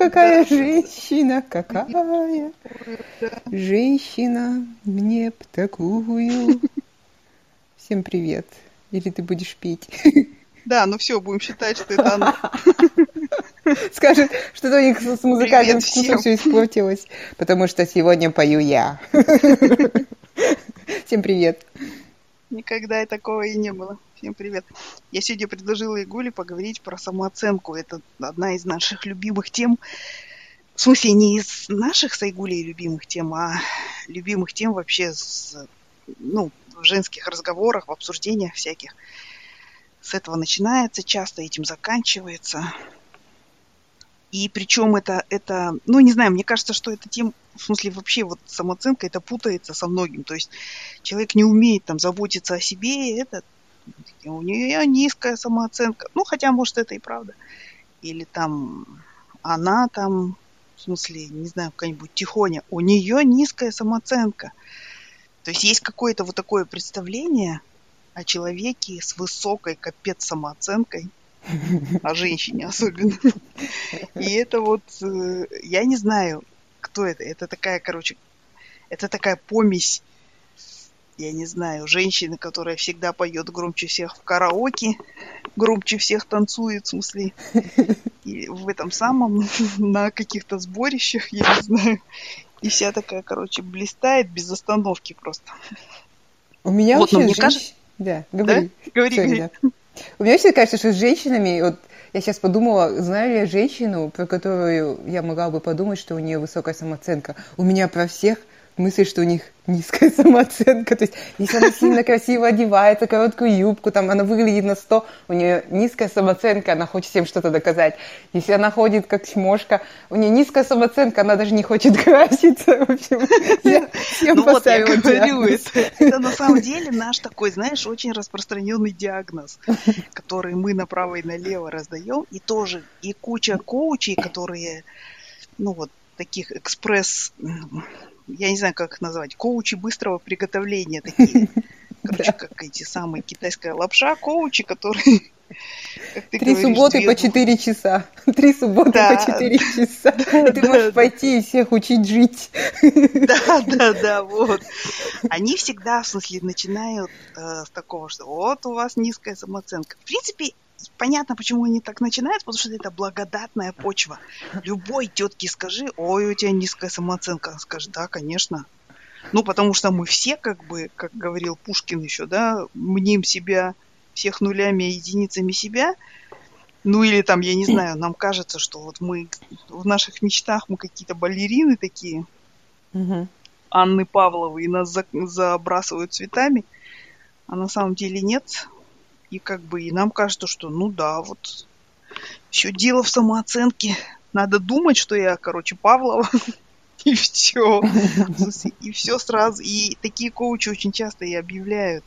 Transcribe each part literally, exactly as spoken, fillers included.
какая женщина, какая женщина, мне б такую. Всем привет. Или ты будешь петь? Да, ну все, будем считать, что это она. Скажет, что-то у них с музыкальным Привет вкусом всем. все испортилось, потому что сегодня пою я. Всем привет. Никогда и такого и не было. Всем привет. Я сегодня предложила Игуле поговорить про самооценку. Это одна из наших любимых тем. В смысле, не из наших с Игулей любимых тем, а любимых тем вообще с, ну, в женских разговорах, в обсуждениях всяких. С этого начинается, часто этим заканчивается. И причем это, это, ну, не знаю, мне кажется, что эта тема, в смысле, вообще вот самооценка, это путается со многим. То есть человек не умеет там заботиться о себе, и это у нее низкая самооценка. Ну, хотя, может, это и правда. Или там она там, в смысле, не знаю, какая-нибудь Тихоня, у нее низкая самооценка. То есть есть какое-то вот такое представление о человеке с высокой, капец, самооценкой, о женщине особенно. И это вот, э, я не знаю, кто это. Это такая, короче, это такая помесь, я не знаю, женщины, которая всегда поет громче всех в караоке, громче всех танцует, в смысле, и в этом самом, на каких-то сборищах, я не знаю. И вся такая, короче, блистает без остановки просто. У меня Вот, но вообще мне женщина... кажется... Да, говори. Да? Говори, Sorry, говори. да. У меня всегда кажется, что с женщинами, вот я сейчас подумала, знаю ли я женщину, про которую я могла бы подумать, что у нее высокая самооценка. У меня про всех мысли, что у них низкая самооценка. То есть, если она сильно красиво одевается, короткую юбку, там она выглядит на сто, у нее низкая самооценка, она хочет всем что-то доказать. Если она ходит как чмошка, у нее низкая самооценка, она даже не хочет краситься. В общем, я всем ну вот, я поставила говорю, диагноз. это, это на самом деле наш такой, знаешь, очень распространенный диагноз, который мы направо и налево раздаем. И тоже, и куча коучей, которые, ну вот, таких экспресс... Я не знаю, как их назвать. Коучи быстрого приготовления такие. Короче, Да. как эти самые китайская лапша. Коучи, которые, как ты Три говоришь, субботы две по двух... четыре часа. Три субботы по Да, четыре часа. да, И ты да, можешь да. пойти и всех учить жить. Да, да, да, вот. Они всегда, в смысле, начинают э, с такого, что вот у вас низкая самооценка. В принципе, понятно, почему они так начинают, потому что это благодатная почва. Любой тетке скажи, ой, у тебя низкая самооценка. Она скажет, да, конечно. Ну, потому что мы все, как бы, как говорил Пушкин еще, да, мним себя всех нулями и единицами себя. Ну, или там, я не знаю, нам кажется, что вот мы в наших мечтах мы какие-то балерины такие, Мгм. Анны Павловой, и нас за- забрасывают цветами, а на самом деле нет. И как бы и нам кажется, что ну да, вот все дело в самооценке. Надо думать, что я, короче, Павлова, и все. И все сразу. И такие коучи очень часто и объявляют.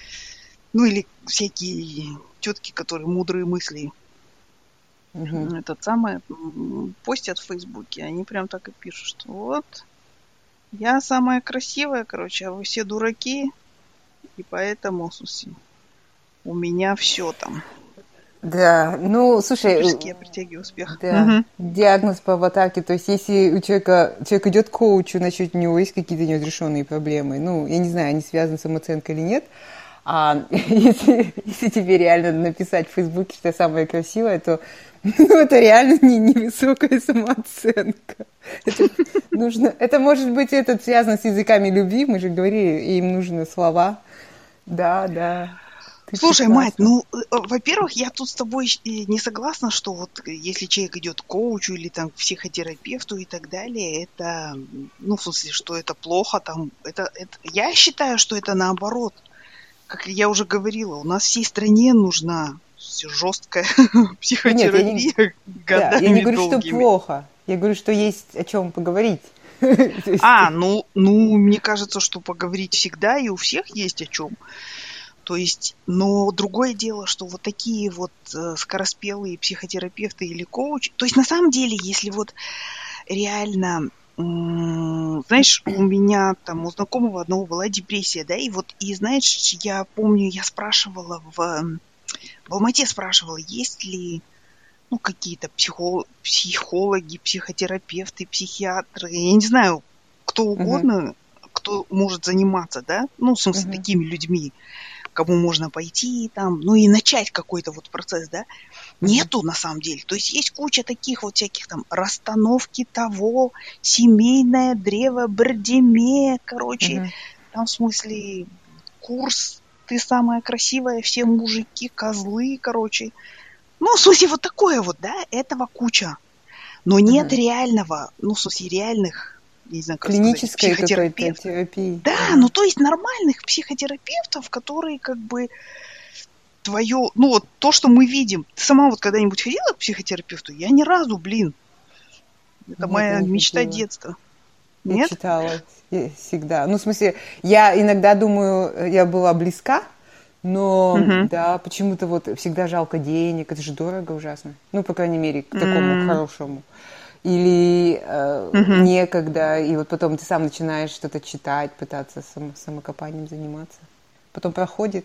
Ну или всякие тетки, которые мудрые мысли Мгм. этот самое м, постят в Фейсбуке. Они прям так и пишут, что вот я самая красивая, короче, а вы все дураки, и поэтому, в смысле, у меня все там. Да, ну, слушай, Всячески я притягиваю успех. да, Мгм. диагноз по аватарке, то есть если у человека, человек идет к коучу, значит, у него есть какие-то неразрешенные проблемы. Ну, я не знаю, они связаны с самооценкой или нет. А если, если тебе реально написать в Фейсбуке, что я самая красивая, то ну, это реально не, невысокая самооценка. Это нужно, это может быть это связано с языками любви, мы же говорили, им нужны слова. Да, да, ты Слушай, мать, прекрасна. ну, э, э, во-первых, я тут с тобой щ- э, не согласна, что вот э, если человек идет к коучу или там к психотерапевту и так далее, это, м, ну, в смысле, что это плохо там, это, это, я считаю, что это наоборот. Как я уже говорила, у нас всей стране нужна жесткая Да нет, я не, психотерапия да, я не годами говорю, что долгими. плохо. Я говорю, что есть о чем поговорить. То есть, А, ну, ну, мне кажется, что поговорить всегда и у всех есть о чем. То есть, но другое дело, что вот такие вот э, скороспелые психотерапевты или коучи, то есть на самом деле, если вот реально, м, знаешь, у меня там у знакомого одного была депрессия, да, и вот, и знаешь, я помню, я спрашивала в, в Алмате спрашивала, есть ли ну, какие-то психо- психологи, психотерапевты, психиатры, я не знаю, кто Мгм. угодно, кто может заниматься, да, ну, в смысле, Мгм. такими людьми, кому можно пойти там, ну, и начать какой-то вот процесс, да, Мгм. нету на самом деле. То есть есть куча таких вот всяких там расстановки того, семейное древо, Бардеме, короче, Мгм. там в смысле курс «Ты самая красивая, все мужики козлы», короче. Ну, в смысле, вот такое вот, да, этого куча. Но нет Мгм. реального, ну, в смысле, реальных, я не знаю, как сказать, Клинической какой-то психотерапевтов. терапии. Да, ну, Мгм. то есть нормальных психотерапевтов, которые как бы твое, ну, вот то, что мы видим. Ты сама вот когда-нибудь ходила к психотерапевту? Я ни разу, блин. Это Нет, я моя не мечта ходила. детства. Я Нет? читала э, всегда. Ну, в смысле, я иногда думаю, э, я была близка, но Угу. да, почему-то вот всегда жалко денег, это же дорого ужасно. Ну, по крайней мере, к такому М, хорошему. Или э, мгм. некогда, и вот потом ты сам начинаешь что-то читать, пытаться само- самокопанием заниматься. Потом проходит.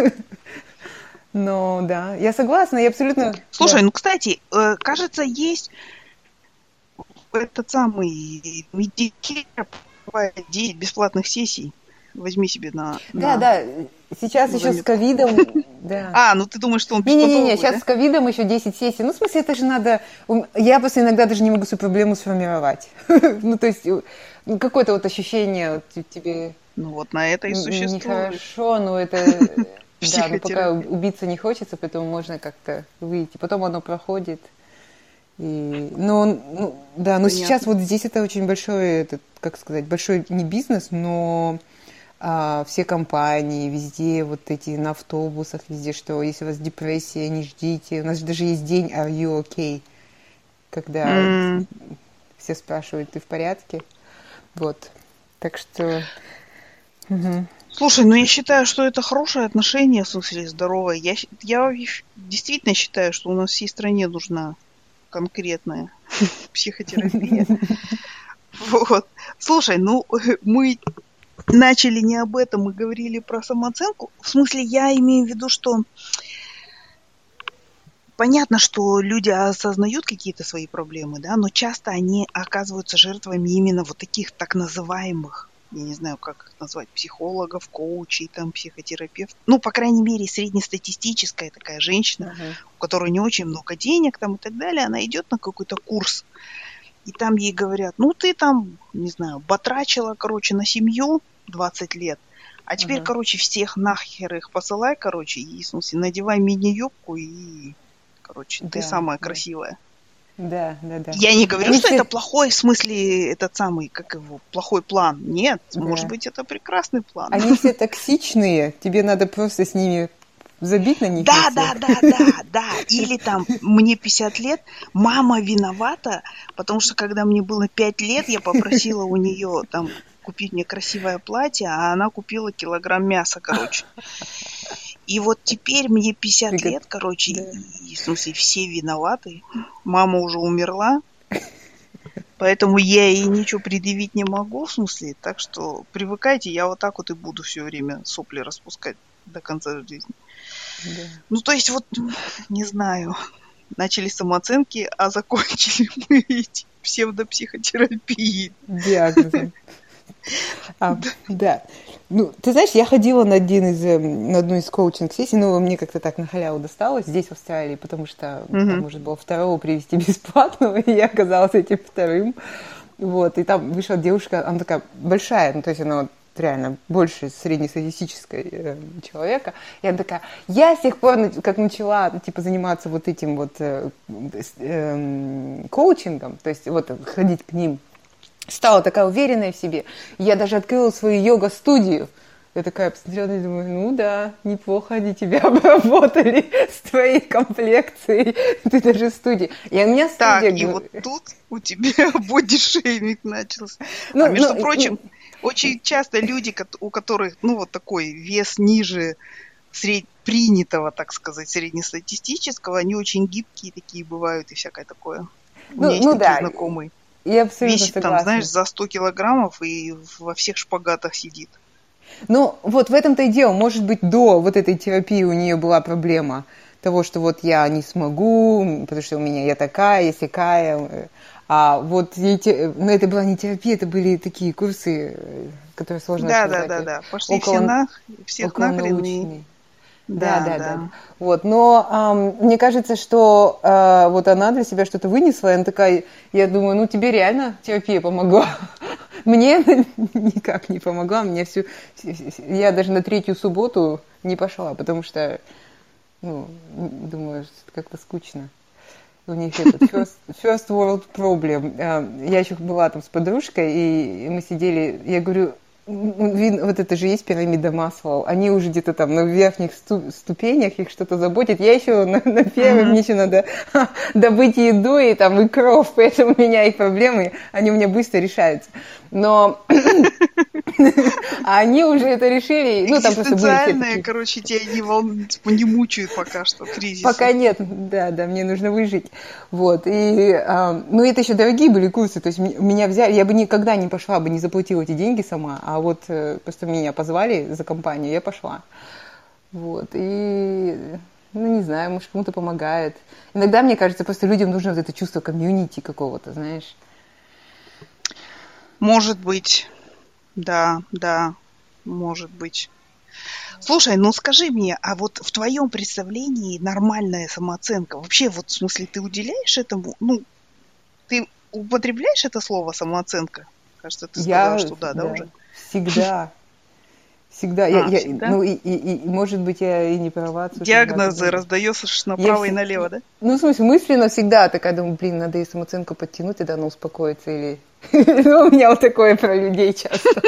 Но да, я согласна, я абсолютно, Слушай, да. ну, кстати, э, кажется, есть этот самый Медикер бывает десять бесплатных сессий. Возьми себе на, Да, на, да, сейчас на еще с заметку. ковидом, да. А, ну ты думаешь, что он Не-не-не, беспонтовый, сейчас да? с ковидом еще десять сессий. Ну, в смысле, это же надо... ум- Я просто иногда даже не могу свою проблему сформировать. Ну, то есть э, ну, какое-то вот ощущение вот те- тебе Ну вот на это и н- существует нехорошо, но это... э, Да, но пока психотерапия. убиться не хочется, поэтому можно как-то выйти. Потом оно проходит. И, но, ну, да, но сейчас Понятно. вот здесь это очень большой, этот, как сказать, большой не бизнес, но а, все компании, везде вот эти на автобусах, везде, что если у вас депрессия, не ждите. У нас же даже есть день Are you okay? Когда М, все спрашивают, ты в порядке? Вот. Так что... Мгм. Слушай, ну я считаю, что это хорошее отношение, в смысле, здоровое. Я, щ- я щ- действительно считаю, что у нас всей стране нужна конкретная психотерапия. Вот. Слушай, ну мы начали не об этом, мы говорили про самооценку. В смысле, я имею в виду, что понятно, что люди осознают какие-то свои проблемы, да, но часто они оказываются жертвами именно вот таких так называемых, я не знаю, как их назвать, психологов, коучей, там, психотерапевтов. Ну, по крайней мере, среднестатистическая такая женщина, Мгм. у которой не очень много денег там и так далее, она идет на какой-то курс, и там ей говорят, ну, ты там, не знаю, батрачила, короче, на семью двадцать лет, а теперь, Ага. короче, всех нахер их посылай, короче, и, в смысле, надевай мини-юбку и, короче, ты Да, самая да. красивая. Да, да, да. Я не говорю, Они что это все... плохой, в смысле, этот самый, как его, плохой план. Нет, может Да. быть, это прекрасный план. Они все токсичные. Тебе надо просто с ними забить на них на Да, да, всех. да, да, да. Или там мне пятьдесят лет, мама виновата, потому что когда мне было пять лет, я попросила у нее там купить мне красивое платье, а она купила килограмм мяса, короче. И вот теперь мне пятьдесят Пригод- лет, короче, Да. и, в смысле, все виноваты. Мама уже умерла, поэтому я ей ничего предъявить не могу, в смысле. Так что привыкайте, я вот так вот и буду все время сопли распускать до конца жизни. Да. Ну, то есть вот, не знаю, начали с самооценки, а закончили мы эти псевдопсихотерапии. Диагнозом. А, да. Ну, ты знаешь, я ходила на один из, эм, на одну из коучинг-сессий, но мне как-то так на халяву досталось здесь, в Австралии, потому что там Мгм. можно было второго привести бесплатного, и я оказалась этим вторым. Вот, и там вышла девушка, она такая большая, ну, то есть она вот реально больше среднестатистической э, человека. И она такая, я с тех пор, нач- как начала, ну, типа, заниматься вот этим вот э, с- эм, коучингом, то есть вот ходить к ним, стала такая уверенная в себе. Я даже открыла свою йога-студию. Я такая посмотрела и думаю, ну да, неплохо они тебя обработали с твоей комплекцией. Ты даже студия. И у меня Так, студия... и вот г- тут у тебя бодишейминг начался. А Ну, между ну, прочим, и- очень часто люди, кот- у которых, ну, вот такой вес ниже сред... принятого, так сказать, среднестатистического, они очень гибкие такие бывают и всякое такое. У меня ну, есть ну такие да, знакомые. я абсолютно Весит там, знаешь, согласна. за сто килограммов и во всех шпагатах сидит. Ну, вот в этом-то и дело. Может быть, до вот этой терапии у нее была проблема. того, что вот я не смогу, потому что у меня я такая, я сякая. А вот эти, ну, это была не терапия, это были такие курсы, которые сложно Да, да, назвать. да, да. Пошли все Около, на, всех нахрен и... околонаучные. Да, Да, да, да. да. Вот, но ам, мне кажется, что а, вот она для себя что-то вынесла, и она такая, я думаю, ну тебе реально терапия помогла. Мне она никак не помогла, мне всю, я даже на третью субботу не пошла, потому что, ну, думаю, что как-то скучно. У них этот first, first world problem. А, Я еще была там с подружкой, и мы сидели, я говорю, Вин- вот это же есть пирамида Маслоу. Они уже где-то там на верхних сту- ступенях, их что-то заботит. Я еще на, на первой, Мгм. мне еще надо добыть еду и там и кровь, поэтому у меня их проблемы, они у меня быстро решаются. Но а они уже это решили, ну там просто были все Экзистенциальные, такие. короче, тебя не, волн... типа, не мучают пока что Пока кризисы. нет, да, да, мне нужно выжить. Вот, и, а, ну, это еще дорогие были курсы, то есть м- меня взяли, я бы никогда не пошла бы, не заплатила эти деньги сама, а вот э, просто меня позвали за компанию, я пошла. Вот, и, ну, не знаю, может, кому-то помогает. Иногда, мне кажется, просто людям нужно вот это чувство комьюнити какого-то, знаешь. Может быть, да, да, может быть. Слушай, ну скажи мне, а вот в твоем представлении нормальная самооценка, вообще вот в смысле ты уделяешь этому, ну, ты употребляешь это слово самооценка? Кажется, ты сказала, Я, что да, да, да, уже? всегда, всегда, я, А, я, всегда? ну, и, и, и, может быть, я и не права, слушай, я как Диагнозы бы... раздается Я направо и все... налево, да? Ну, в смысле, мысленно всегда такая думаю, блин, надо ей самооценку подтянуть, тогда она успокоится. Или... Ну, у меня вот такое про людей часто.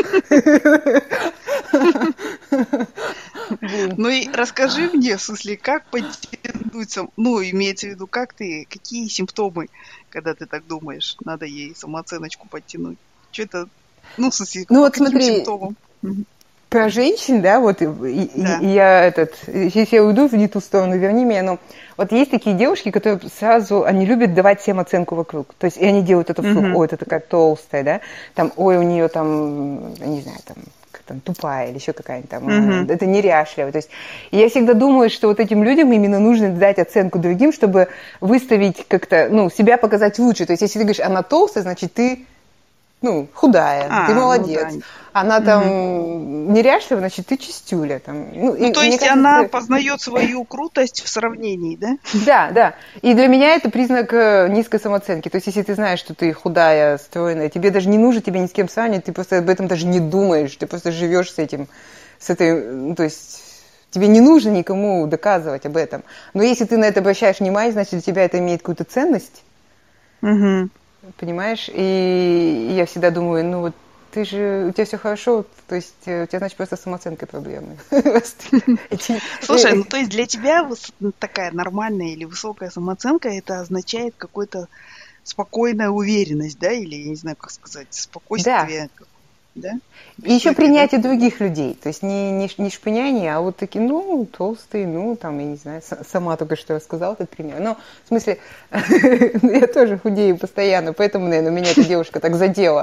Блин. Ну и расскажи мне, в смысле, как подтянуть, сам- ну, имеется в виду, как ты, какие симптомы, когда ты так думаешь, надо ей самооценочку подтянуть? Что это, ну, в смысле, Ну, по вот каким смотри, симптомам? Мгм. про женщин, да, вот, и, и- Да. и я этот, если я уйду в не ту сторону, верни меня, но вот есть такие девушки, которые сразу, они любят давать всем оценку вокруг, то есть, и они делают это вслух, Мгм. ой, это такая толстая, да, там, ой, у нее там, я не знаю, там, как там, тупая или еще какая-нибудь там, э, Мгм. это неряшливая, то есть, и я всегда думаю, что вот этим людям именно нужно дать оценку другим, чтобы выставить как-то, ну, себя показать лучше, то есть, если ты говоришь, она толстая, значит, ты ну, худая, ты А, ну да. молодец. Она Мгм. там неряшлива, значит, ты чистюля. Там. Ну, Ну, и то мне есть она кажется, познает свою крутость в сравнении, да? да, да. И для меня это признак э, низкой самооценки. То есть, если ты знаешь, что ты худая, стройная, тебе даже не нужно тебя ни с кем сравнивать, ты просто об этом даже не думаешь, ты просто живешь с этим, с этой, ну, то есть тебе не нужно никому доказывать об этом. Но если ты на это обращаешь внимание, значит, для тебя это имеет какую-то ценность. Угу. Понимаешь? И я всегда думаю, ну вот ты же, у тебя все хорошо, то есть э, у тебя, значит, просто с самооценкой проблемы. Эти- Слушай, ну то есть для тебя выс- ну, такая нормальная или высокая самооценка, это означает какой-то спокойная уверенность, да, или, я не знаю, как сказать, Да. спокойствие, как- да, И без еще суеты, да? принятие других людей. То есть не, не, ш- не шпыняние, а вот такие, ну, толстые, ну, там, я не знаю, с- сама только что рассказала этот пример. Но, в смысле, я тоже худею постоянно, поэтому, наверное, меня эта девушка так задела.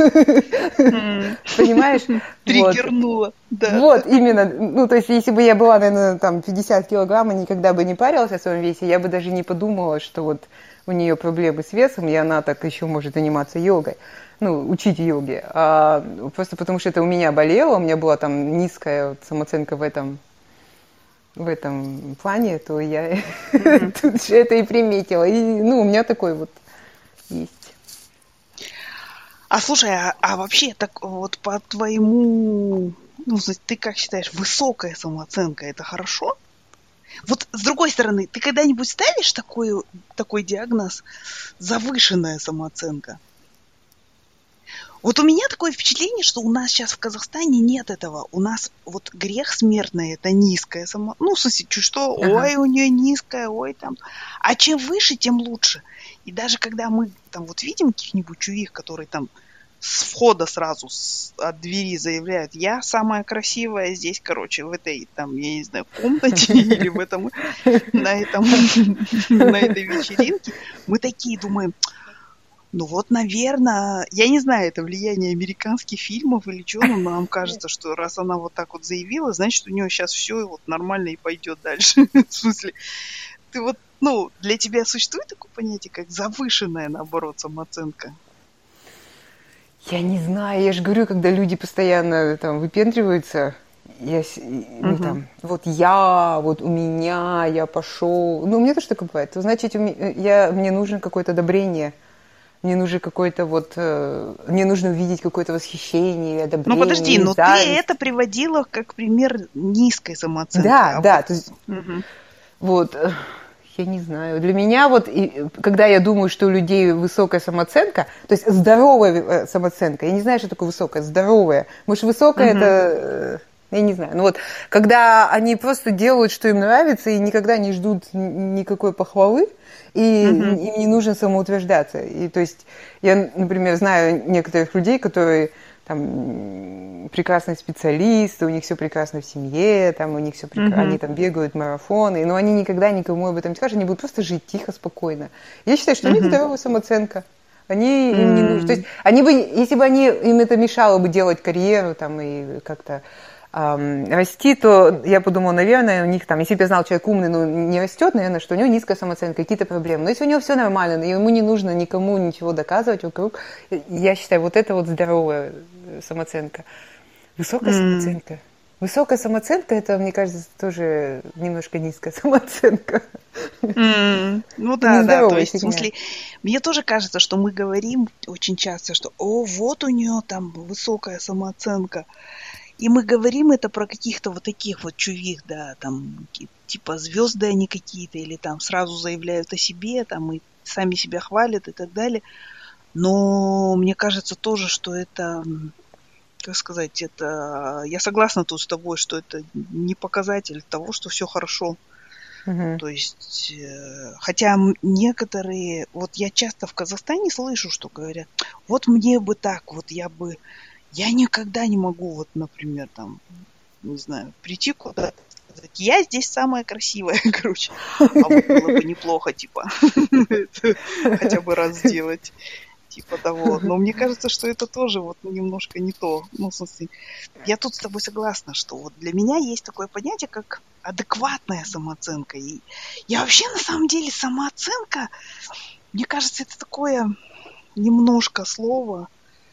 М. Понимаешь? Вот. Триггернула, да, да. Вот, именно. Ну, то есть, если бы я была, наверное, там, пятьдесят килограмм и никогда бы не парилась о своем весе, я бы даже не подумала, что вот у нее проблемы с весом, и она так еще может заниматься йогой, ну, учить йоге. А, просто потому что это у меня болело, у меня была там низкая вот самооценка в этом, в этом плане, то я Мгм. тут же это и приметила. И, ну, у меня такой вот есть. А слушай, а, а вообще так вот по твоему, ну, то есть ты как считаешь, высокая самооценка это хорошо? Вот с другой стороны, ты когда-нибудь ставишь такой, такой диагноз завышенная самооценка? Вот у меня такое впечатление, что у нас сейчас в Казахстане нет этого. У нас вот грех смертный это низкая само... Ну, в смысле, чуть что, Ага. ой, у нее низкая, ой, там. А чем выше, тем лучше. И даже когда мы там вот видим каких-нибудь чувих, которые там с входа сразу с, от двери заявляют, я самая красивая здесь, короче, в этой, там, я не знаю, комнате или в этом, на этом, на этой вечеринке, мы такие думаем, Ну вот, наверное, я не знаю, это влияние американских фильмов или что, но нам кажется, что раз она вот так вот заявила, значит, у нее сейчас все вот нормально и пойдет дальше. В смысле, ты вот, ну, для тебя существует такое понятие, как завышенная, наоборот, самооценка? Я не знаю, я же говорю, когда люди постоянно там выпендриваются, я, с- ну Угу. там, вот я, вот у меня, я пошел. Ну, у меня тоже такое бывает. То значит, у ме- я, мне нужно какое-то одобрение, мне нужно какое-то вот, э, мне нужно увидеть какое-то восхищение или Ну одобрение, подожди, или но ты это зависть. приводила как пример низкой самооценки, Да, а вот... да, то есть Мгм. вот, э, я не знаю. Для меня вот, и, когда я думаю, что у людей высокая самооценка, то есть здоровая э, самооценка, я не знаю, что такое высокая, здоровая. Может, высокая это, Мгм. э, я не знаю. Ну вот, когда они просто делают, что им нравится, и никогда не ждут н- никакой похвалы, и Мгм. им не нужно самоутверждаться. И то есть я, например, знаю некоторых людей, которые там прекрасные специалисты, у них все прекрасно в семье, там у них все прекрасно, они Мгм. там бегают марафоны, но они никогда никому об этом не скажут, они будут просто жить тихо, спокойно. Я считаю, что у них Мгм. здоровая самооценка. Они им не нужны. То есть М. они бы, если бы они, им это мешало бы делать карьеру там и как-то ам, расти, то я подумала, наверное, у них там, если бы я знал, человек умный, но не растет, наверное, что у него низкая самооценка, какие-то проблемы. Но если у него все нормально, и ему не нужно никому ничего доказывать вокруг, я считаю, вот это вот здоровая самооценка. Высокая М. самооценка. Высокая самооценка, это, мне кажется, тоже немножко низкая самооценка. М. Ну Это да, да, то нездоровая есть, в фигня. смысле, мне тоже кажется, что мы говорим очень часто, что, о, вот у нее там высокая самооценка. И мы говорим это про каких-то вот таких вот чувих, да, там, ки- типа звезды они какие-то, или там сразу заявляют о себе, там, и сами себя хвалят и так далее. Но мне кажется тоже, что это, м, как сказать, это... Я согласна тут с тобой, что это не показатель того, что все хорошо. Мгм. То есть, э, хотя м- некоторые... Вот я часто в Казахстане слышу, что говорят, вот мне бы так, вот я бы... Я никогда не могу, вот, например, там, не знаю, прийти куда-то, сказать, я здесь самая красивая, короче. А вот было бы неплохо, типа, это хотя бы раз сделать, типа того. Но мне кажется, что это тоже вот немножко не то. Ну, в смысле, я тут с тобой согласна, что вот для меня есть такое понятие, как адекватная самооценка. И я вообще, на самом деле, самооценка, мне кажется, это такое немножко слово.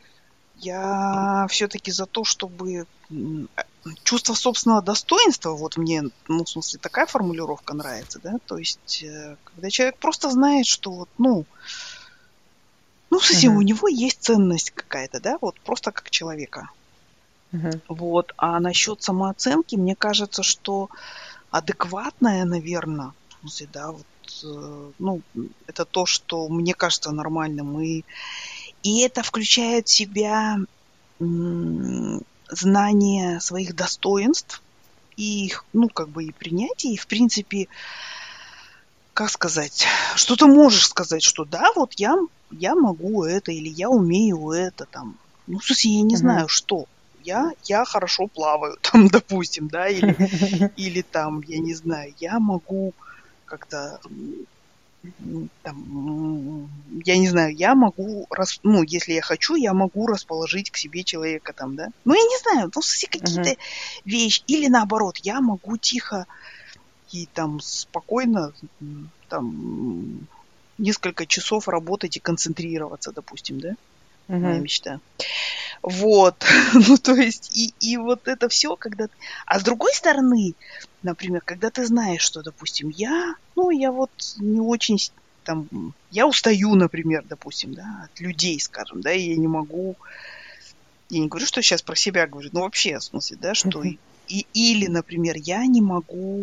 Я все-таки за то, чтобы м, а, чувство собственного достоинства, вот мне, ну, в смысле, такая формулировка нравится, да, то есть, э, когда человек просто знает, что вот, ну, ну, в смысле, у Мгм. него есть ценность какая-то, да, вот просто как человека. Мгм. Вот, а насчет самооценки, мне кажется, что адекватная, наверное, в смысле, да, вот, э, ну, это то, что мне кажется нормальным, и, и это включает в себя м, знание своих достоинств и их, ну, как бы и принятие, и, в принципе, как сказать, что ты можешь сказать, что да, вот я, я могу это, или я умею это, там, ну, в смысле, я не Мгм. знаю, что. Я, я хорошо плаваю, там, допустим, да, или, или там, я не знаю, я могу как-то м, там, м, я не знаю, я могу, рас, ну, если я хочу, я могу расположить к себе человека там, да. Ну, я не знаю, ну, все Мгм. какие-то вещи. Или наоборот, я могу тихо и там спокойно м, там м, несколько часов работать и концентрироваться, допустим, да, моя Мгм. мечта. Вот, ну, то есть, и, и вот это все, когда... А с другой стороны, например, когда ты знаешь, что, допустим, я, ну, я вот не очень с- там, м, я устаю, например, допустим, да, от людей, скажем, да, и я не могу, я не говорю, что сейчас про себя говорю, но вообще, в смысле, да, что и, и- или, например, я не могу,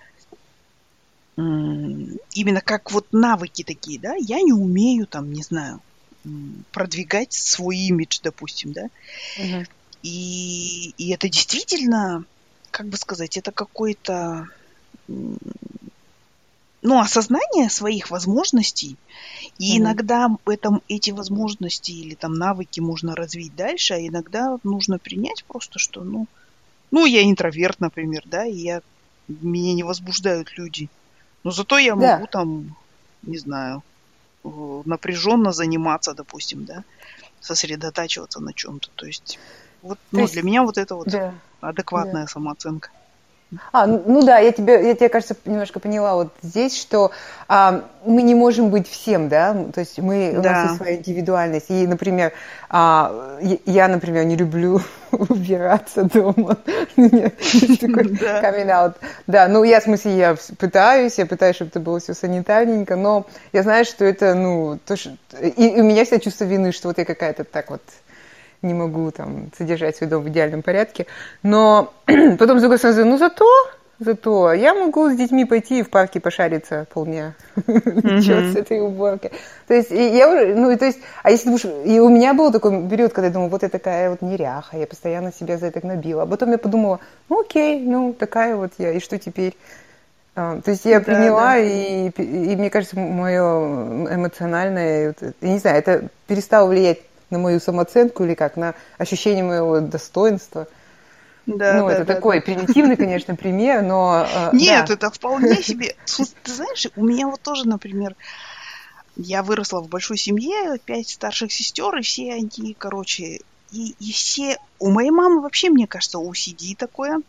м, именно как вот навыки такие, да, я не умею, там, не знаю, м, продвигать свой имидж, допустим, да, Мгм. И, и это действительно, как бы сказать, это какой-то, м, ну, осознание своих возможностей. И Мгм. иногда этом, эти возможности или там навыки можно развить дальше, а иногда нужно принять просто, что, ну, ну, я интроверт, например, да, и я, меня не возбуждают люди. Но зато я могу Да. там, не знаю, напряженно заниматься, допустим, да, сосредотачиваться на чем-то. То есть, вот, То ну, есть, для меня вот это вот да, да. адекватная самооценка. А, ну ну да, я тебя, я тебя, кажется, немножко поняла вот здесь, что а, мы не можем быть всем, да, то есть мы, у нас есть Да, своя индивидуальность. И, например, а, я, я, например, не люблю убираться дома. У меня есть такой да, камин-аут. Да, ну я, в смысле, я вс- пытаюсь, я пытаюсь, чтобы это было все санитарненько, но я знаю, что это, ну, то, что... И, и у меня всегда чувство вины, что вот я какая-то так вот не могу там содержать свой дом в идеальном порядке. Но потом, с другой стороны, ну зато, зато я могу с детьми пойти в парке пошариться полдня. Ничего с мгм, этой уборкой. То есть, и я уже, ну, и то есть, а если уж, и у меня был такой период, когда я думала, вот я такая вот неряха, я постоянно себя за это гнобила. А потом я подумала, ну окей, ну такая вот я, и что теперь? А, то есть я да, да. приняла, и, и мне кажется, мое эмоциональное, вот, я не знаю, это перестало влиять на мою самооценку или как, на ощущение моего достоинства. Да, Ну, да, это да, да. такой примитивный, конечно, пример, но э, Нет, да. это вполне себе. Слушай, ты знаешь, у меня вот тоже, например, я выросла в большой семье, пять старших сестер, и все они, короче, и, и все... У моей мамы вообще, мне кажется, о си ди такое,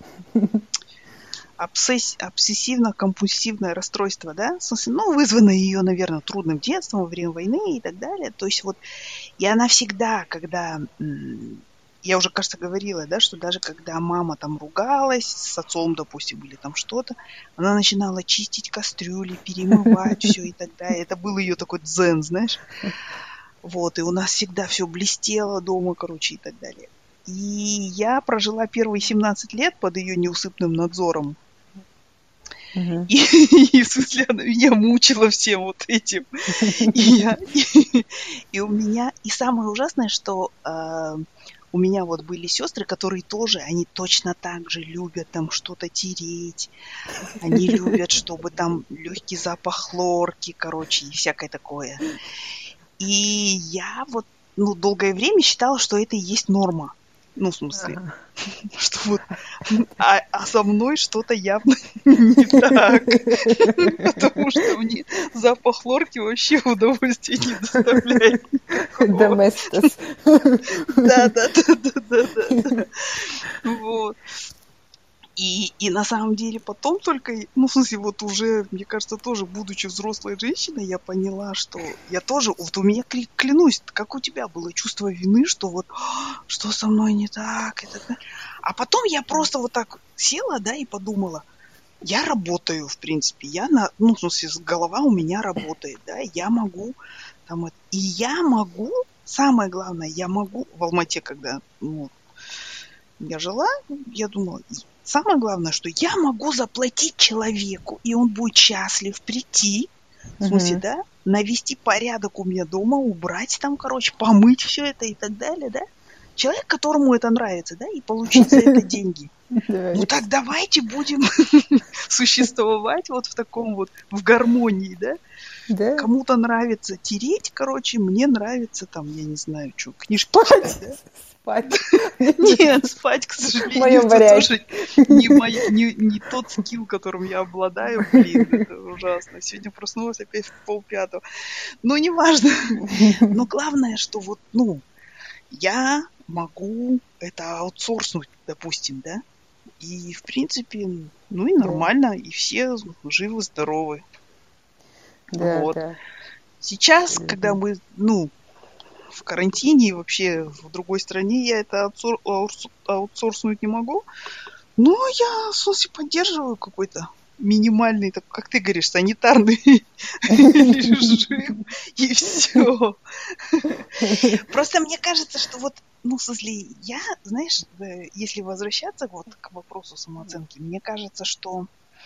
обсесс- обсессивно-компульсивное расстройство, да, в смысле, ну, вызванное ее, наверное, трудным детством во время войны и так далее. То есть вот, и она всегда, когда, м, я уже, кажется, говорила, да, что даже когда мама там ругалась с отцом, допустим, или там что-то, она начинала чистить кастрюли, перемывать все и так далее. Это был ее такой дзен, знаешь. Вот, и у нас всегда все блестело дома, короче, и так далее. И я прожила первые семнадцать лет под ее неусыпным надзором. Мгм. И, и в смысле она меня мучила всем вот этим. И я, и, и у меня, и самое ужасное, что э, у меня вот были сестры, которые тоже, они точно так же любят там что-то тереть, они любят, чтобы там легкий запах хлорки, короче, и всякое такое. И я вот, ну, долгое время считала, что это и есть норма. Ну, в смысле, Ага. что вот, а, а со мной что-то явно не так. Потому что мне запах хлорки вообще удовольствия не доставляет никакого. Доместос. Да, да, да, да, да, да, да. Вот. И, и на самом деле потом только, ну, в смысле, вот уже, мне кажется, тоже, будучи взрослой женщиной, я поняла, что я тоже, вот у меня, кля- клянусь, как у тебя было чувство вины, что вот, «А, что со мной не так, и так далее». А потом я просто вот так села, да, и подумала, я работаю, в принципе, я на, ну, в смысле, голова у меня работает, да, я могу там, это- и я могу, самое главное, я могу в Алмате, когда, ну, я жила, я думала, и самое главное, что я могу заплатить человеку, и он будет счастлив прийти, в смысле, Мгм. да, навести порядок у меня дома, убрать там, короче, помыть все это и так далее, да. Человек, которому это нравится, да, и получить за это деньги. Ну Давайте. так давайте будем существовать вот в таком вот, в гармонии, да. Да. Кому-то нравится тереть, короче, мне нравится там, я не знаю, что, книжки читать, Спать. да. Спать. Нет, спать, к В сожалению, моем это варианте. тоже не, мой, не, не тот скилл, которым я обладаю. Блин, это ужасно. Сегодня проснулась опять в полпятого. Ну, неважно. Но главное, что вот, ну, я могу это аутсорснуть, допустим, да? И, в принципе, ну и Да, нормально, и все живы-здоровы. да, Вот. да, Сейчас, когда абсолютно. мы, ну, в карантине и вообще в другой стране, я это аутсор- аутсор- аутсорснуть не могу. Ну, я, в смысле, поддерживаю какой-то минимальный, так, как ты говоришь, санитарный режим, и все. Просто мне кажется, что вот, ну, в смысле, я, знаешь, э, если возвращаться вот к вопросу самооценки, мне кажется, что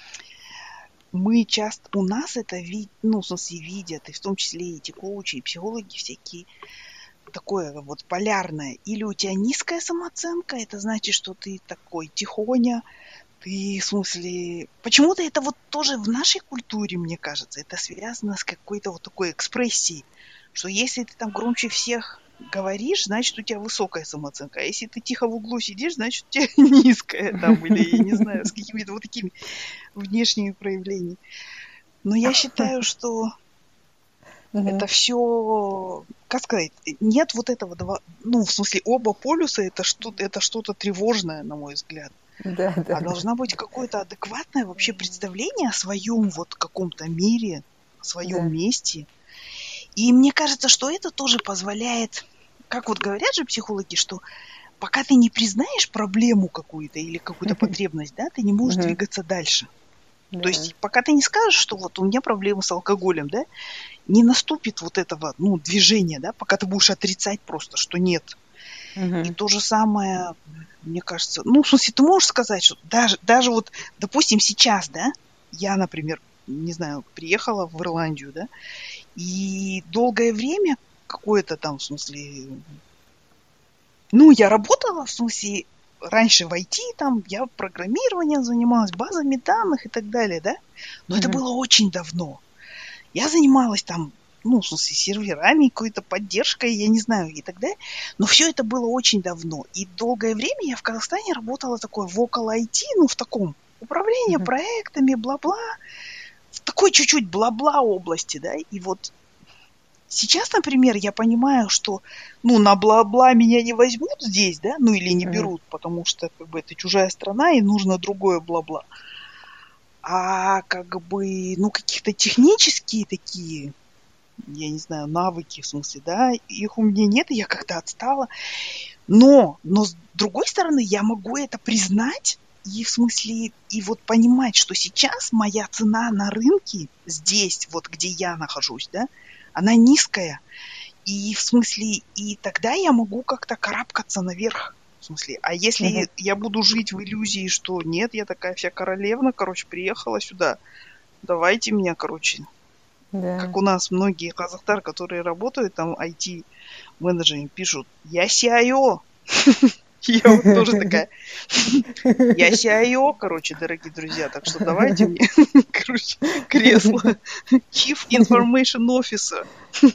мы часто, у нас это, ви- ну, в смысле, видят, и в том числе и эти коучи, и психологи всякие, такое вот полярное. Или у тебя низкая самооценка, это значит, что ты такой тихоня, ты, в смысле, почему-то это вот тоже в нашей культуре, мне кажется, это связано с какой-то вот такой экспрессией, что если ты там громче всех говоришь, значит, у тебя высокая самооценка, а если ты тихо в углу сидишь, значит, у тебя низкая там, или, я не знаю, с какими-то вот такими внешними проявлениями. Но я считаю, что Это Мгм. все, как сказать, нет вот этого, два- ну, в смысле, оба полюса это что-то, это что-то тревожное, на мой взгляд. Да, да, А да. должна быть какое-то адекватное вообще представление о своем вот каком-то мире, о своем Да. месте. И мне кажется, что это тоже позволяет, как вот говорят же психологи, что пока ты не признаешь проблему какую-то или какую-то потребность, да, ты не можешь Мгм. двигаться дальше. То Да. есть пока ты не скажешь, что вот у меня проблемы с алкоголем, да, не наступит вот этого, ну, движения, да, пока ты будешь отрицать просто, что нет. И Мгм. то же самое, мне кажется, ну, в смысле, ты можешь сказать, что даже, даже вот, допустим, сейчас, да, я, например, не знаю, приехала в Ирландию, да, и долгое время какое-то там, в смысле, ну, я работала, в смысле, раньше в ай ти, там, я программированием занималась, базами данных и так далее, да, но это Мгм. было очень давно. Я занималась там, ну, в смысле, серверами, какой-то поддержкой, я не знаю, и так далее. Но все это было очень давно. И долгое время я в Казахстане работала такой в около ай ти, ну, в таком управлении Мгм. проектами, бла-бла, в такой чуть-чуть бла-бла области, да. И вот сейчас, например, я понимаю, что, ну, на бла-бла меня не возьмут здесь, да, ну, или не Мгм. берут, потому что, как бы, это чужая страна, и нужно другое бла-бла. А, как бы, ну, каких-то технические такие, я не знаю, навыки, в смысле, да, их у меня нет, и я как-то отстала. Но, но с другой стороны, я могу это признать и в смысле, и вот понимать, что сейчас моя цена на рынке здесь, вот где я нахожусь, да, она низкая. И в смысле, и тогда я могу как-то карабкаться наверх. В смысле, а Мгм. если я буду жить в иллюзии, что нет, я такая вся королевна, короче, приехала сюда, давайте меня, короче, Да. как у нас многие казахстар, которые работают там ай ти-менеджерами, пишут, я си ай о. Я вот тоже такая, я си ай о, короче, дорогие друзья, так что давайте мне, короче, кресло. Chief Information Officer.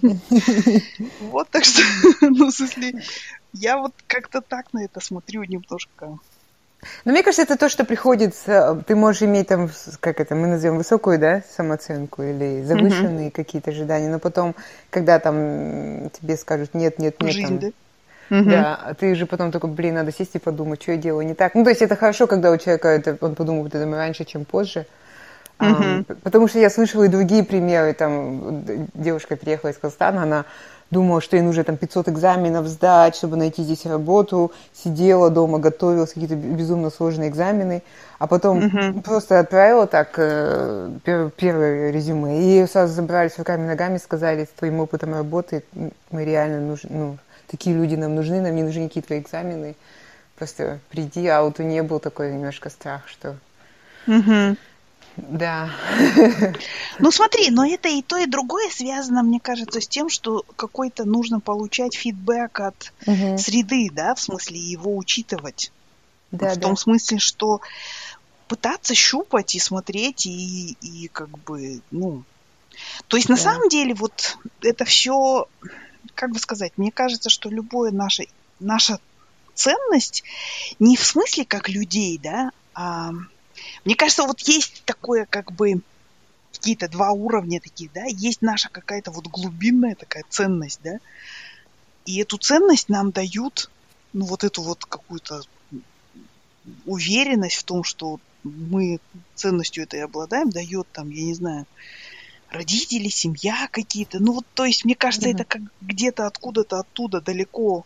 Вот, так что, ну, в смысле, я вот как-то так на это смотрю немножко. Но мне кажется, это то, что приходит, с- ты можешь иметь там, с- как это, мы назовем высокую, да, самооценку или Мгм. завышенные какие-то ожидания, но потом, когда там м, тебе скажут нет, нет, нет, Жизнь, там, да? Мгм. да, а ты же потом такой, блин, надо сесть и подумать, что я делаю не так. Ну, то есть это хорошо, когда у человека это, он подумает об этом раньше, чем позже. Ам, Мгм. п- потому что я слышала и другие примеры, там, д- девушка приехала из Казахстана, она думала, что ей нужно там пятьсот экзаменов сдать, чтобы найти здесь работу, сидела дома, готовилась, какие-то б- безумно сложные экзамены, а потом Мгм. просто отправила так э, пер- первое резюме, и ее сразу забрали с руками и ногами, сказали, с твоим опытом работы м, мы реально нужны, ну, такие люди нам нужны, нам не нужны никакие твои экзамены, просто приди, а вот у нее был такой немножко страх, что Мгм. да. Ну смотри, но это и то, и другое связано, мне кажется, с тем, что какой-то нужно получать фидбэк от Мгм. среды, да, в смысле его учитывать. Да, В том да, смысле, что пытаться щупать и смотреть, и, и как бы, ну... То есть на да. самом деле вот это все, как бы сказать, мне кажется, что любое наше, наша ценность не в смысле как людей, да, а мне кажется, вот есть такое как бы какие-то два уровня таких, да, есть наша какая-то вот глубинная такая ценность, да, и эту ценность нам дают, ну, вот эту вот какую-то уверенность в том, что мы ценностью этой обладаем, дает там, я не знаю, родители, семья какие-то. Ну, вот, то есть, мне кажется, Мгм. это как где-то откуда-то оттуда далеко,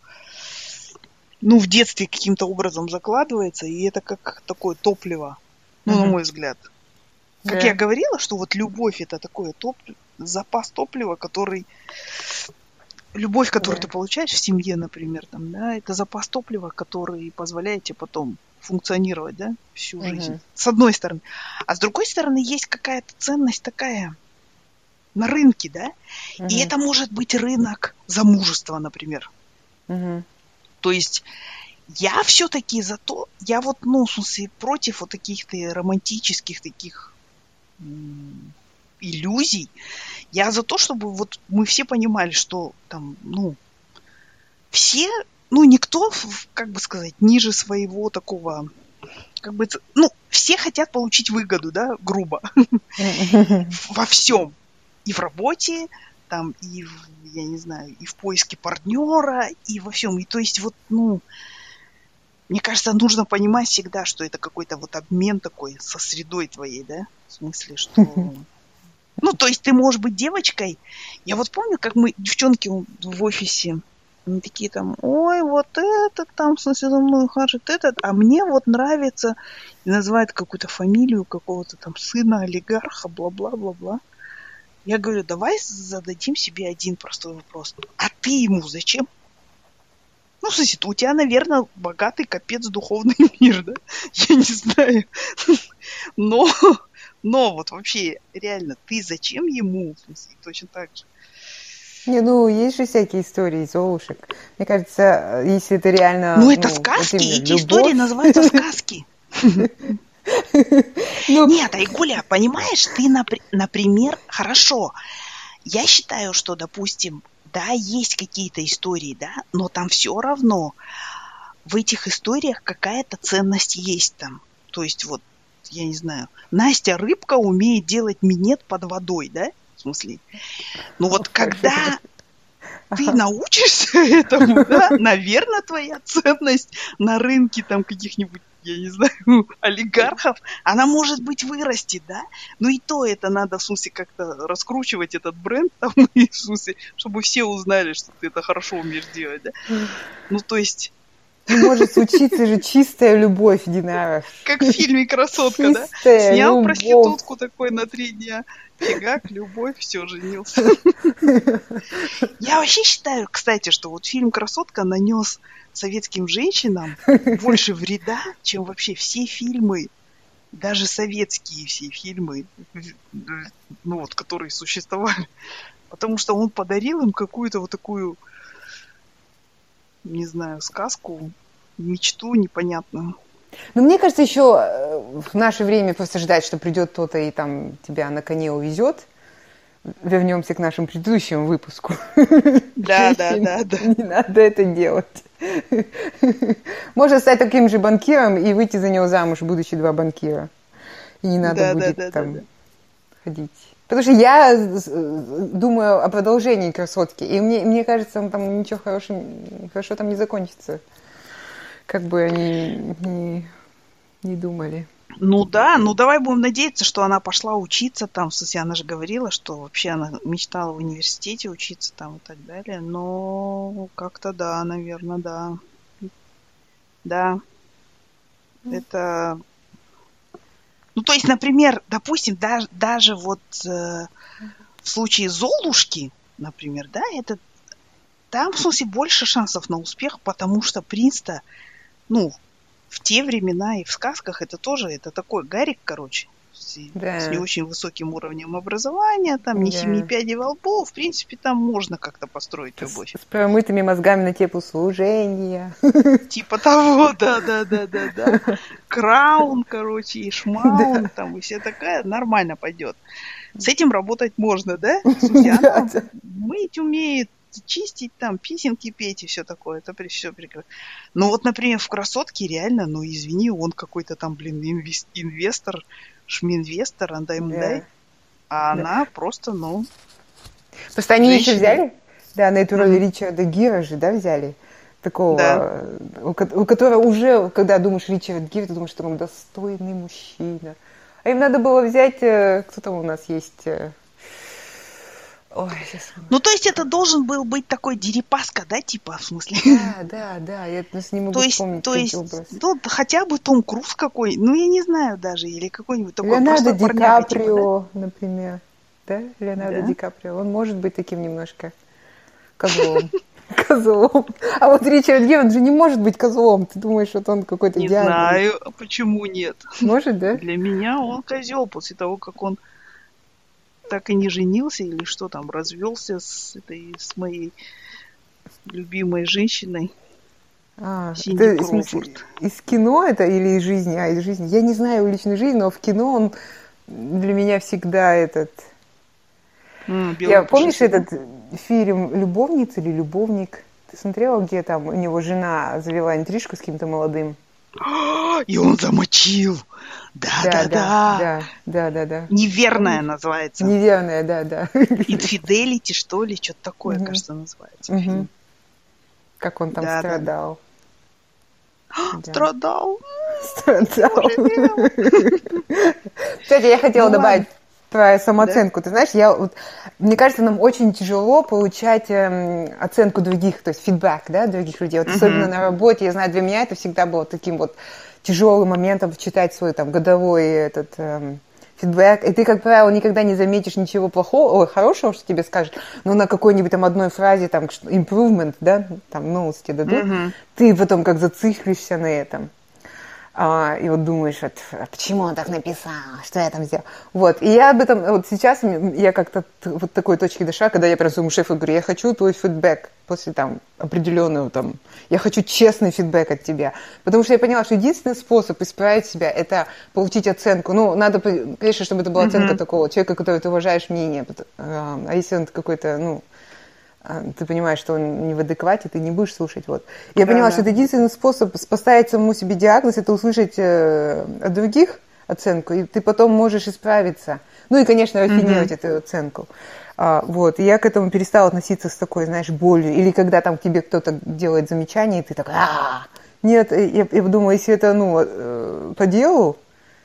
ну, в детстве каким-то образом закладывается, и это как такое топливо, ну, на Мгм. мой взгляд. Как я Да. говорила, что вот любовь это такое топ... запас топлива, который любовь, которую ты Да. получаешь в семье, например, там, да, это запас топлива, который позволяет тебе потом функционировать, да, всю жизнь. Мгм. С одной стороны. А с другой стороны, есть какая-то ценность такая на рынке, да, и Мгм. это может быть рынок замужества, например. Мгм. То есть я все-таки за то, я вот, ну, в смысле, против вот таких-то романтических таких м, иллюзий. Я за то, чтобы вот мы все понимали, что там, ну, все, ну, никто, как бы сказать, ниже своего такого, как бы, ну, все хотят получить выгоду, да, грубо, Мгм. во всем. И в работе, там, и, в, я не знаю, и в поиске партнера, и во всем. И то есть вот, ну, мне кажется, нужно понимать всегда, что это какой-то вот обмен такой со средой твоей, да? В смысле, что... Ну, то есть ты можешь быть девочкой. Я вот помню, как мы, девчонки в офисе, они такие там, ой, вот этот там, в смысле, за мной ухаживает этот, а мне вот нравится, и называют какую-то фамилию какого-то там сына олигарха, бла-бла-бла-бла. Я говорю, давай зададим себе один простой вопрос. А ты ему зачем? Ну, в смысле, у тебя, наверное, богатый капец духовный мир, да? Я не знаю. Но, но вот вообще, реально, ты зачем ему? В смысле, точно так же. Не, ну, есть же всякие истории золушек. Мне кажется, если это реально... Ну, это ну, сказки, вот эти любовь... истории называются сказки. Нет, Айгуля, понимаешь, ты, например, хорошо. Я считаю, что, допустим, да, есть какие-то истории, да, но там все равно в этих историях какая-то ценность есть там. То есть вот, я не знаю, Настя Рыбка умеет делать минет под водой, да? В смысле? Ну вот когда ты научишься этому, да, наверное, твоя ценность на рынке там каких-нибудь, я не знаю, олигархов, она, может быть, вырастет, да? Но и то это надо, в смысле, как-то раскручивать этот бренд там, и, в смысле, чтобы все узнали, что ты это хорошо умеешь делать, да? Ну, то есть... Ну, может случиться же чистая любовь, Динара. Как в фильме «Красотка», да? Чистая Снял любовь. проститутку такой на три дня. Фигак, любовь, все, женился. Я вообще считаю, кстати, что вот фильм «Красотка» нанес советским женщинам больше вреда, чем вообще все фильмы, даже советские все фильмы, ну вот, которые существовали. Потому что он подарил им какую-то вот такую, не знаю, сказку, мечту непонятную. Ну, мне кажется, еще в наше время просто ждать, что придет кто-то и там тебя на коне увезет. Вернемся к нашему предыдущему выпуску. Да, да, да, да. Не надо это делать. Можно стать таким же банкиром и выйти за него замуж, будучи два банкира. И не надо да, будет да, да, там да, да. ходить. Потому что я думаю о продолжении «Красотки». И мне, мне кажется, он там ничего хорошего, хорошо там не закончится. Как бы они не, не думали. Ну да, ну давай будем надеяться, что она пошла учиться там, в смысле, она же говорила, что вообще она мечтала в университете учиться там и так далее, но как-то да, наверное, да. Да. Mm. Это... Ну, то есть, например, допустим, даже, даже вот э, в случае Золушки, например, да, это там, в смысле, больше шансов на успех, потому что принц-то, ну, в те времена и в сказках это тоже, это такой Гарик, короче, с, да. с не очень высоким уровнем образования, там, не да. семи пядей во лбу, в принципе, там можно как-то построить любовь. С, с промытыми мозгами на теплослужение. Типа того, да-да-да-да-да. Краун, короче, и шмаун, там, и все такая, нормально пойдет. С этим работать можно, да? Слушай, она мыть умеет, чистить там, песенки петь и все такое, это все прекрасно. Но вот, например, в «Красотке» реально, ну, извини, он какой-то там, блин, инвес- инвестор, шминвестор, андай-мандай, да. а да. она просто, ну, просто они еще взяли, да, на эту роль mm-hmm. Ричарда Гира же, да, взяли, такого, да. у, у которого уже, когда думаешь Ричард Гир, ты думаешь, что он достойный мужчина. А им надо было взять, кто там у нас есть... Ой, сейчас... Ну, то есть это должен был быть такой дерипаска, да, типа, в смысле? Да, да, да, я не могу то есть, вспомнить то есть, образ. Ну, хотя бы Том Круз какой, ну, я не знаю даже, или какой-нибудь такой Леонардо просто Ди Каприо, типа, да? например, да, Леонардо да? Ди Каприо, он может быть таким немножко козлом. Козлом. А вот Ричард Гир, он же не может быть козлом. Ты думаешь, вот он какой-то не идеальный? Не знаю, почему нет. Может, да? Для меня он козел после того, как он так и не женился или что там, развелся с этой, с моей любимой женщиной. А, Синди это, Кроуфорд. Из кино это или из жизни? А, из жизни. Я не знаю его личной жизни, но в кино он для меня всегда этот... Mm, Я, помнишь этот фильм «Любовница» или «Любовник»? Ты смотрела, где там у него жена завела интрижку с каким-то молодым? И он замочил. Да, да, Да-да-да. да, да, да, да. Неверная Помнишь? называется. Неверная, да, да. Infidelity, что ли, что-то такое, Мгм, кажется, называется мгм. фильм. Как он там Да-да. страдал. Да. Страдал. Страдал. Боже мой. Кстати, я хотела Ну добавить ладно, про да? самооценку. Ты знаешь, я вот, мне кажется, нам очень тяжело получать эм, оценку других, то есть фидбэк, да, других людей. Вот особенно Угу. на работе, я знаю, для меня это всегда было таким вот тяжелым моментом читать свой там годовой этот эм, фидбэк. И ты, как правило, никогда не заметишь ничего плохого, ой, хорошего, что тебе скажут, но на какой-нибудь там одной фразе, там, что- improvement, да, там, новости дадут, Угу. ты потом как зациклишься на этом. А, и вот думаешь, вот, а почему он так написал, что я там сделал. Вот, и я об этом, вот сейчас я как-то т- вот такой точки дошла, когда я прям своему шефу говорю, я хочу твой фидбэк после там определенного там, я хочу честный фидбэк от тебя. Потому что я поняла, что единственный способ исправить себя, это получить оценку. Ну, надо, конечно, чтобы это была оценка Угу. такого человека, которого ты уважаешь мнение. А а если он какой-то, ну, а, ты понимаешь, что он не в адеквате, ты не будешь слушать. Вот. Я поняла, что Да-да. это единственный способ поставить самому себе диагноз, это услышать э, от других оценку, и ты потом можешь исправиться. Ну и, конечно, Угу. рафинировать эту оценку. А, вот. И я к этому перестала относиться с такой, знаешь, болью. Или когда там к тебе кто-то делает замечание, и ты такая, а нет, я, я думаю, если это, ну, э, по делу,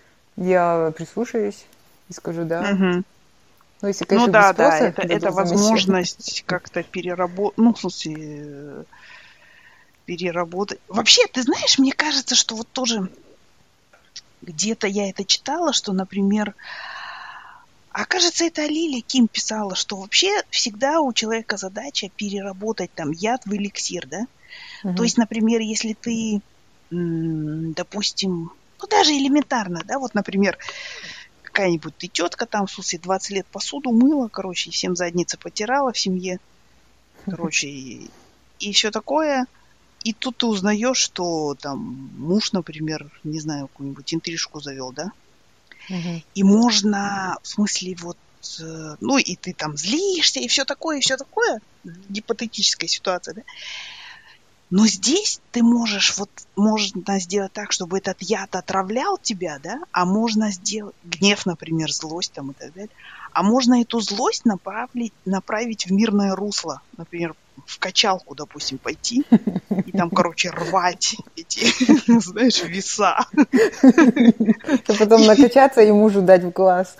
я прислушаюсь и скажу да. Угу. Ну, если, Ну конечно, без да, да, спроса это, это дадут замечание. возможность как-то переработать, ну, в смысле, э, переработать. Вообще, ты знаешь, мне кажется, что вот тоже где-то я это читала, что, например, а кажется, это Лили Ким писала, что вообще всегда у человека задача переработать там яд в эликсир, да? То Мгм. есть, например, если ты, м, допустим, ну даже элементарно, да, вот, например, какая-нибудь ты тетка там, в смысле, двадцать лет посуду мыла, короче, и всем задницы потирала в семье, короче, и, и все такое. И тут ты узнаешь, что там муж, например, не знаю, какую-нибудь интрижку завел, да? Мгм. И можно, в смысле, вот, э, ну и ты там злишься, и все такое, и все такое, гипотетическая ситуация, да? Но здесь ты можешь, вот, можно сделать так, чтобы этот яд отравлял тебя, да, а можно сделать, гнев, например, злость там и так далее, а можно эту злость направить, направить в мирное русло, например, в качалку, допустим, пойти, и там, короче, рвать эти, знаешь, веса. А потом накачаться и мужу дать в глаз.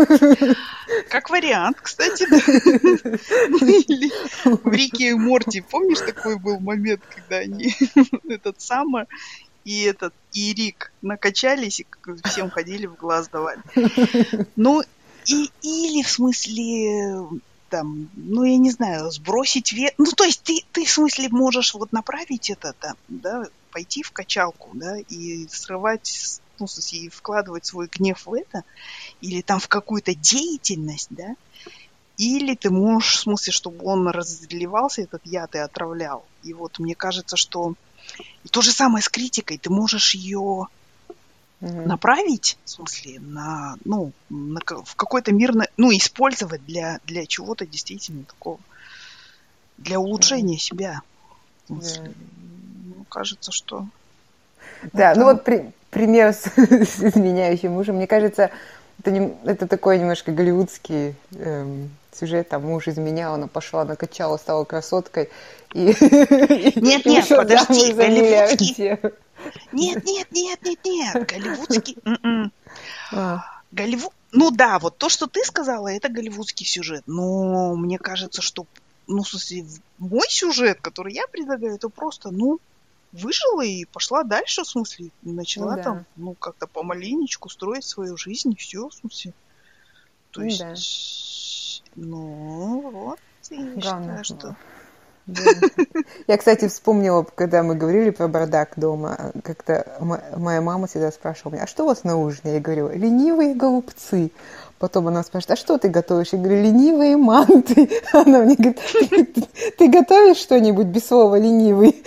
Как вариант, кстати, да. Ну, или в Рике и Морти, помнишь, такой был момент, когда они этот самый и этот и Рик накачались и всем ходили в глаз давали. Ну, и или в смысле там, ну, я не знаю, сбросить вес. Ну, то есть ты, ты в смысле можешь вот направить это там, да, пойти в качалку, да, и срывать, ну, в смысле, и вкладывать свой гнев в это, или там в какую-то деятельность, да, или ты можешь, в смысле, чтобы он разливался, этот яд, и отравлял. И вот мне кажется, что и то же самое с критикой. Ты можешь ее Мгм. направить, в смысле, на, ну, на, в какое-то мирное, ну, использовать для, для чего-то действительно такого, для Да, улучшения себя. В да. смысле, ну, кажется, что Да, ну это... вот при- пример с, с изменяющим мужем. Мне кажется, это, не- это такой немножко голливудский эм, сюжет. Там муж изменял, она пошла, накачала, стала красоткой и, Нет, и нет, вышла подожди, замуж за голливудский... миллиардера. Нет, нет, нет, нет, нет, голливудский... м-м. А, Голливуд... Ну да, вот то, что ты сказала, это голливудский сюжет. Но мне кажется, что, ну, в смысле, мой сюжет, который я предлагаю, это просто, ну, выжила и пошла дальше, в смысле, и ну начала там, да, ну, как-то помаленечку строить свою жизнь, и все, в смысле. То ну да. есть, ну, вот, и я Главное, считаю, что... да. Я, кстати, вспомнила, когда мы говорили про бардак дома, как-то м- моя мама всегда спрашивала меня, а что у вас на ужине? Я говорю, ленивые голубцы. Потом она спрашивает, а что ты готовишь? Я говорю, ленивые манты. Она мне говорит, ты, ты готовишь что-нибудь без слова ленивый?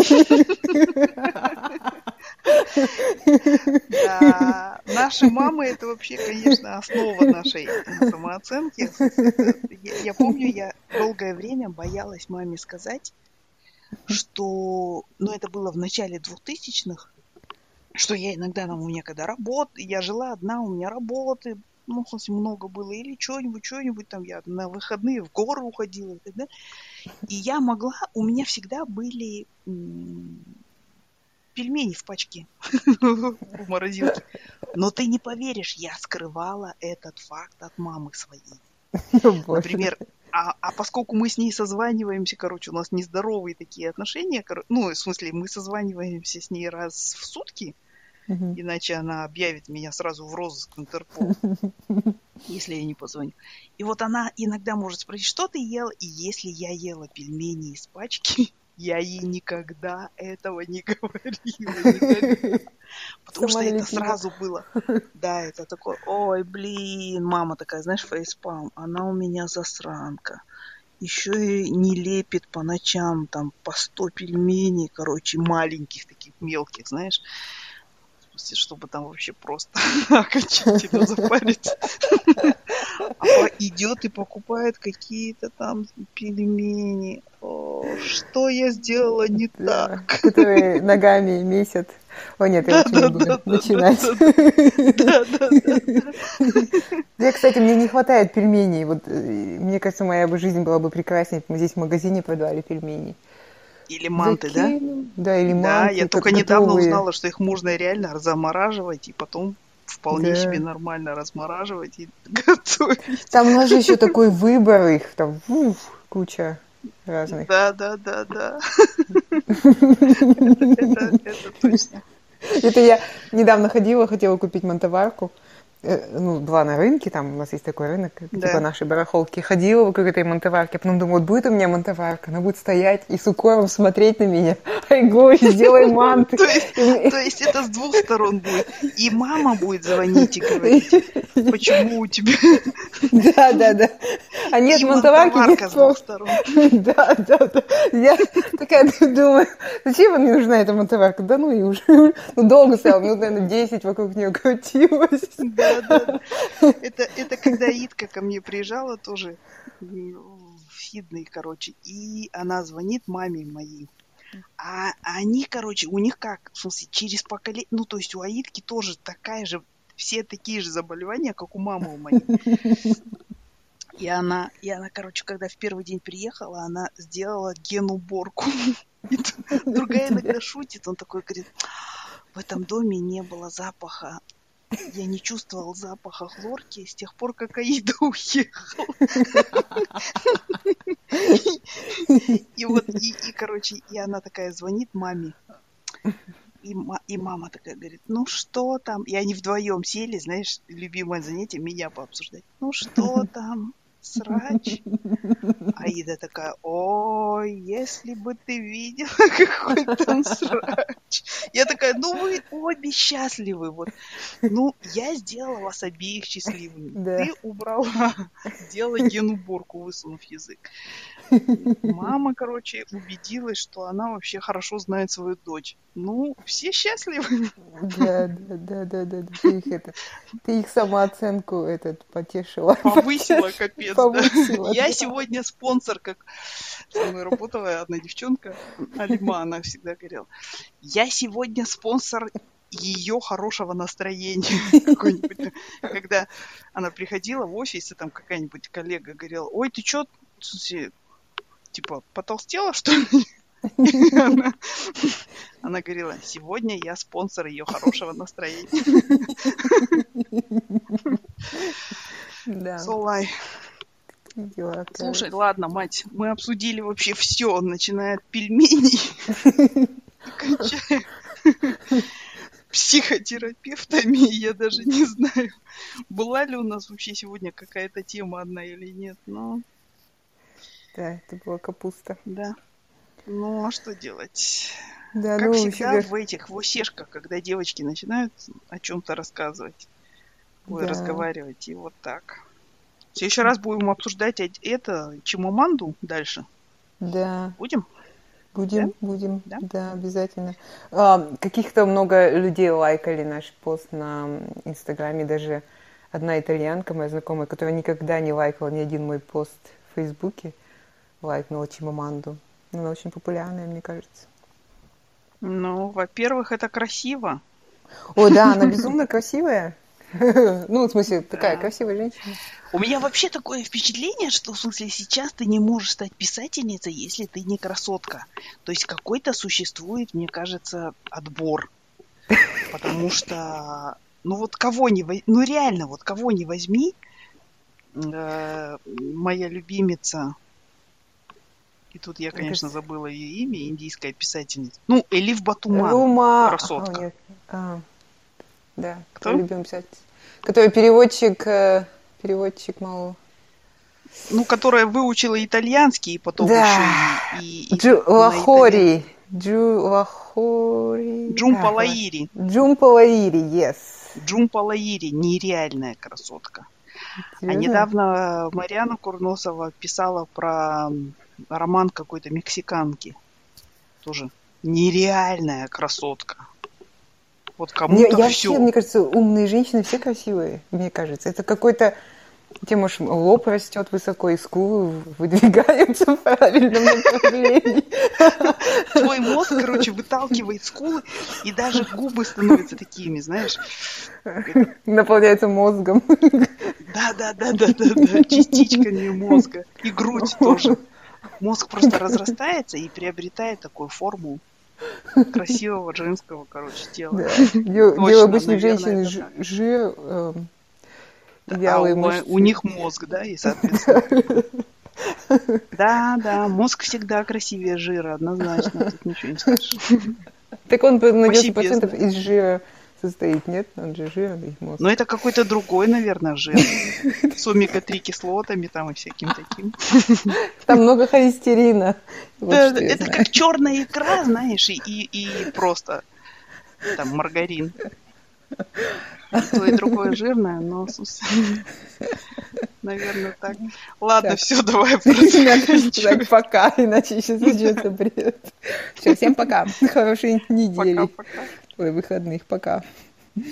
Да, наши мамы это вообще, конечно, основа нашей самооценки. В смысле, это, я, я помню, я долгое время боялась маме сказать, что, ну, это было в начале двухтысячных, что я иногда там у меня когда работа, я жила одна, у меня работы, ну, в смысле, много было, или что-нибудь, что-нибудь там, я на выходные в горы уходила и так далее. И я могла, у меня всегда были м, пельмени в пачке в морозилке. Но ты не поверишь, я скрывала этот факт от мамы своей. О, боже. Например, а, а поскольку мы с ней созваниваемся, короче, у нас нездоровые такие отношения, кор- ну, в смысле, мы созваниваемся с ней раз в сутки, Мгм. иначе она объявит меня сразу в розыск в Интерпол, если я не позвоню. И вот она иногда может спросить, что ты ела? И если я ела пельмени из пачки, я ей никогда этого не говорила, никогда. Потому Сама что это налепила. сразу было. Да, это такое, ой, блин, мама такая, знаешь, фейспалм, она у меня засранка. Еще и не лепит по ночам там по сто пельменей, короче, маленьких таких мелких, знаешь. В смысле, чтобы там вообще просто окончательно запариться. А по- идет и покупает какие-то там пельмени. О, что я сделала не Да, так? которые ногами месят. О нет, я Да, лучше не да, буду да, да, да, начинать. да, да, да, да, да, да. Я, кстати, мне не хватает пельменей. Вот, э, мне кажется, моя бы жизнь была бы прекраснее, если бы мы здесь в магазине продавали пельмени. Или манты, да? Закину, да, или Да, я манты ко- только недавно готовые. узнала, что их можно реально замораживать и потом вполне себе Да. нормально размораживать и готовить. Там у нас же еще такой выбор их, там уф, куча разных. Да, да, да, да. Это, это, это точно. Это я недавно ходила, хотела купить мантоварку. Э, Ну, была на рынке, там у нас есть такой рынок, типа Да. нашей барахолки. Ходила вокруг этой мантоварки, а потом думаю, вот будет у меня мантоварка, она будет стоять и с укором смотреть на меня. Ай, Гой, сделай манты. То есть, И мне- то есть это с двух сторон будет. И мама будет звонить и говорить, почему у тебя Да, да, да. А нет и мантоварки, нет мантоварка с двух просто. сторон. Да, да, да. Я такая думаю, зачем мне нужна эта мотоварка? Да ну и уже. Ну, долго стояла, минут, наверное, десять вокруг нее крутилась. Да, да, да. Это, это когда Итка ко мне приезжала тоже м, в Сидней, короче, и она звонит маме моей. А они, короче, у них как, в смысле, через поколение, ну, то есть у Аидки тоже такая же, все такие же заболевания, как у мамы у моей. И она, и она, короче, когда в первый день приехала, она сделала генуборку. И т- другая Тебе. иногда шутит, он такой говорит, в этом доме не было запаха, я не чувствовал запаха хлорки с тех пор, как Аида уехала. И вот, и, и, короче, и она такая звонит маме, и, ма- и мама такая говорит, ну что там? И они вдвоем сели, знаешь, любимое занятие, меня пообсуждать. Ну что там? Срач? Аида такая, ой, если бы ты видела, какой там срач. Я такая, ну вы обе счастливы. Вот. Ну, я сделала вас обеих счастливыми. Да. Ты убрала, сделала генуборку, высунув язык. Мама, короче, убедилась, что она вообще хорошо знает свою дочь. Ну, все счастливы. Да, да, да, да, да, да. Ты их это, ты их самооценку этот потешила, Повысила, потешила, капец, да. повысила, Я да. сегодня спонсор, как со мной работала одна девчонка, Алима, она всегда говорила, я сегодня спонсор ее хорошего настроения. Какой-нибудь, когда она приходила в офис, и там какая-нибудь коллега говорила, ой, ты что, типа, потолстела, что ли? Она, она говорила, сегодня я спонсор ее хорошего настроения. Да, Солай. дела, Слушай, короче. ладно, мать, мы обсудили вообще все, начиная от пельменей и кончая психотерапевтами, я даже не знаю, была ли у нас вообще сегодня какая-то тема одна или нет, но Да, это была капуста. да. Ну, а что делать? Да, Как ну еще всегда говорят, в этих в осешках, когда девочки начинают о чем-то рассказывать, ой, да, разговаривать, и вот так. В следующий раз будем обсуждать э- это, Чимаманду дальше. да, Будем? Да? будем, будем, Да? да, обязательно. А, каких-то много людей лайкали наш пост на Инстаграме, даже одна итальянка, моя знакомая, которая никогда не лайкала ни один мой пост в Фейсбуке, лайкнула Чимаманду. Она очень популярная, мне кажется. Ну, во-первых, это красиво. О, да, она безумно красивая. Ну, в смысле, такая Да. красивая женщина. У меня вообще такое впечатление, что, в смысле, сейчас ты не можешь стать писательницей, если ты не красотка. То есть какой-то существует, мне кажется, отбор. Потому что, ну вот кого не возьми, ну реально, вот кого не возьми, э, моя любимица, и тут я, Мне конечно, кажется, забыла ее имя, индийская писательница. Ну, Элиф Батуман, Рума... О, красотка. нет. А, да, твой Кто? любимый писатель. Который переводчик... э, Переводчик мало... Ну, которая выучила итальянский, и потом Да. еще и, и, и Джу на итальянском. Лахори. Джу Лахори... Джумпа А, ладно. Лаири. Джумпа Лаири, yes. Джумпа Лаири, нереальная красотка. А Серьезно? недавно Марианна Курносова писала про роман какой-то мексиканки. Тоже нереальная красотка. Вот Не, кому-то я все. вообще, мне кажется, умные женщины все красивые, мне кажется. Это какой-то... Тебе, может, лоб растет высоко, и скулы выдвигаются в правильном направлении. Твой мозг, короче, выталкивает скулы, и даже губы становятся такими, знаешь. Наполняется мозгом. Да-да-да-да-да, частичками мозга. И грудь тоже. Мозг просто разрастается и приобретает такую форму красивого женского, короче, тела. Да. Дело Точно, дело обычных наверное, женщин это ж- так. жир, эм, А вялые у, мышцы. у них мозг, да, и, соответственно... Да, да, мозг всегда красивее жира, однозначно, тут ничего не скажешь. Так он на По девяносто себе процентов знаю. из жира состоит, нет? Он же жирный мозг. Но это какой-то другой, наверное, жир. С омега три кислотами там и всяким таким. Там много холестерина. Вот Да, что я это знаю. как черная икра, знаешь, и, и, и просто там маргарин. И то, и другое жирное, но, собственно, наверное, так. Ладно, Так. все, давай Надо заканчиваем. сказать пока, иначе сейчас начнется бред. Все, всем пока. Хорошей недели. Пока-пока. Ой, выходных. Пока.